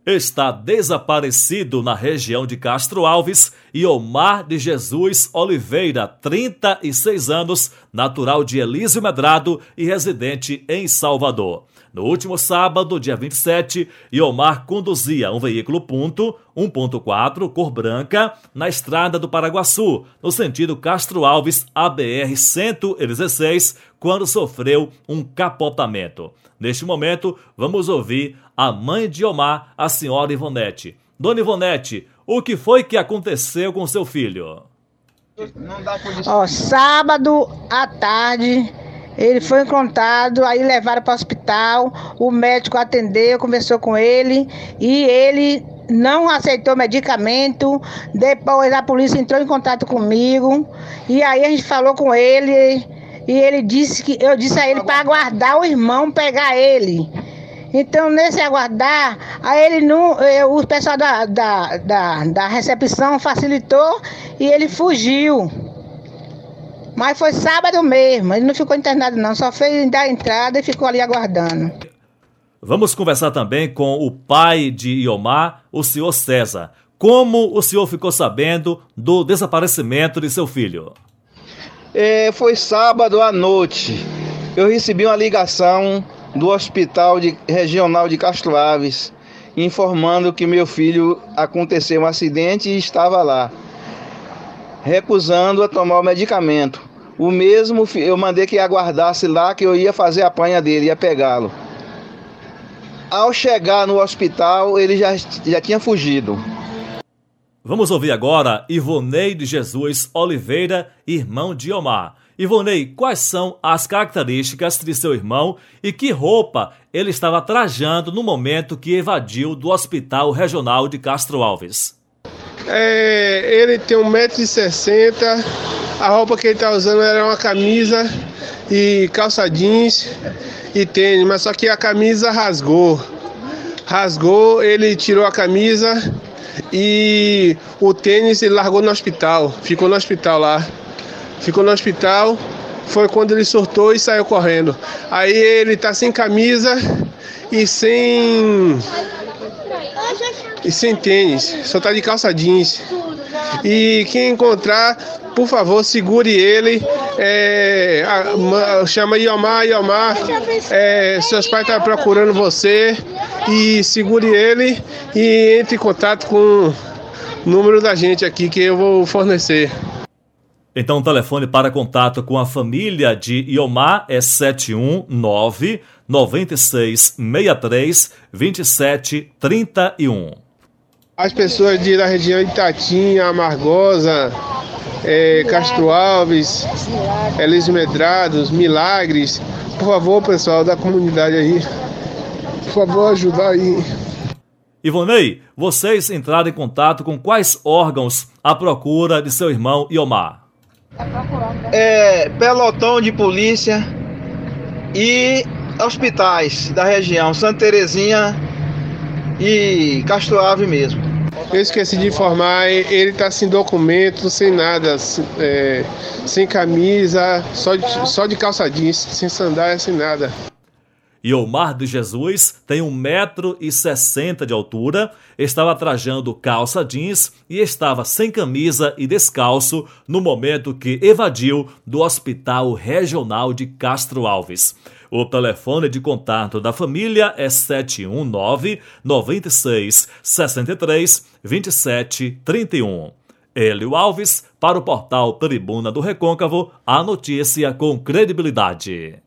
Está desaparecido na região de Castro Alves Iomar de Jesus Oliveira, 36 anos, natural de Elísio Medrado e residente em Salvador. No último sábado, dia 27, Iomar conduzia um veículo Punto 1.4 cor branca na estrada do Paraguaçu, no sentido Castro Alves a BR-116, quando sofreu um capotamento. Neste momento, vamos ouvir a mãe de Iomar, a senhora Ivonete. Dona Ivonete, o que foi que aconteceu com seu filho? Sábado à tarde, ele foi encontrado, aí levaram para o hospital, o médico atendeu, conversou com ele e ele não aceitou medicamento. Depois a polícia entrou em contato comigo e aí a gente falou com ele e ele disse que eu disse a ele para aguardar o irmão pegar ele. Então, nesse aguardar, aí ele não, o pessoal da recepção facilitou e ele fugiu. Mas foi sábado mesmo, ele não ficou internado não, só fez dar entrada e ficou ali aguardando. Vamos conversar também com o pai de Iomar, o senhor César. Como o senhor ficou sabendo do desaparecimento de seu filho? Foi sábado à noite. Eu recebi uma ligação do Hospital Regional de Castro Alves, informando que meu filho aconteceu um acidente e estava lá, recusando a tomar o medicamento. O mesmo, eu mandei que aguardasse lá, que eu ia fazer a apanha dele, ia pegá-lo. Ao chegar no hospital, ele já tinha fugido. Vamos ouvir agora Ivonei de Jesus Oliveira, irmão de Iomar. Ivonei, quais são as características de seu irmão e que roupa ele estava trajando no momento que evadiu do Hospital Regional de Castro Alves? Ele tem 1,60 m, a roupa que ele está usando era uma camisa e calça jeans e tênis, mas só que a camisa rasgou, ele tirou a camisa e o tênis ele largou no hospital, ficou no hospital lá. Ficou no hospital, foi quando ele surtou e saiu correndo. Aí ele tá sem camisa e sem tênis, só tá de calça jeans. E quem encontrar, por favor, segure ele, chama Iomar, seus pais estão procurando você, e segure ele e entre em contato com o número da gente aqui que eu vou fornecer. Então o telefone para contato com a família de Iomar é 719-9663-2731. As pessoas da região de Itatinha, Amargosa, Castro Alves, Elísio Medrados, Milagres, por favor, pessoal da comunidade aí, por favor, ajudar aí. Ivonei, vocês entraram em contato com quais órgãos à procura de seu irmão Iomar? Pelotão de polícia e hospitais da região, Santa Terezinha e Castro Alves mesmo. Eu esqueci de informar, ele está sem documento, sem nada, sem camisa, só de calça jeans, sem sandália, sem nada. Iomar de Jesus tem 1,60 m de altura, estava trajando calça jeans e estava sem camisa e descalço no momento que evadiu do Hospital Regional de Castro Alves. O telefone de contato da família é 719-9663-2731. Hélio Alves, para o portal Tribuna do Recôncavo, a notícia com credibilidade.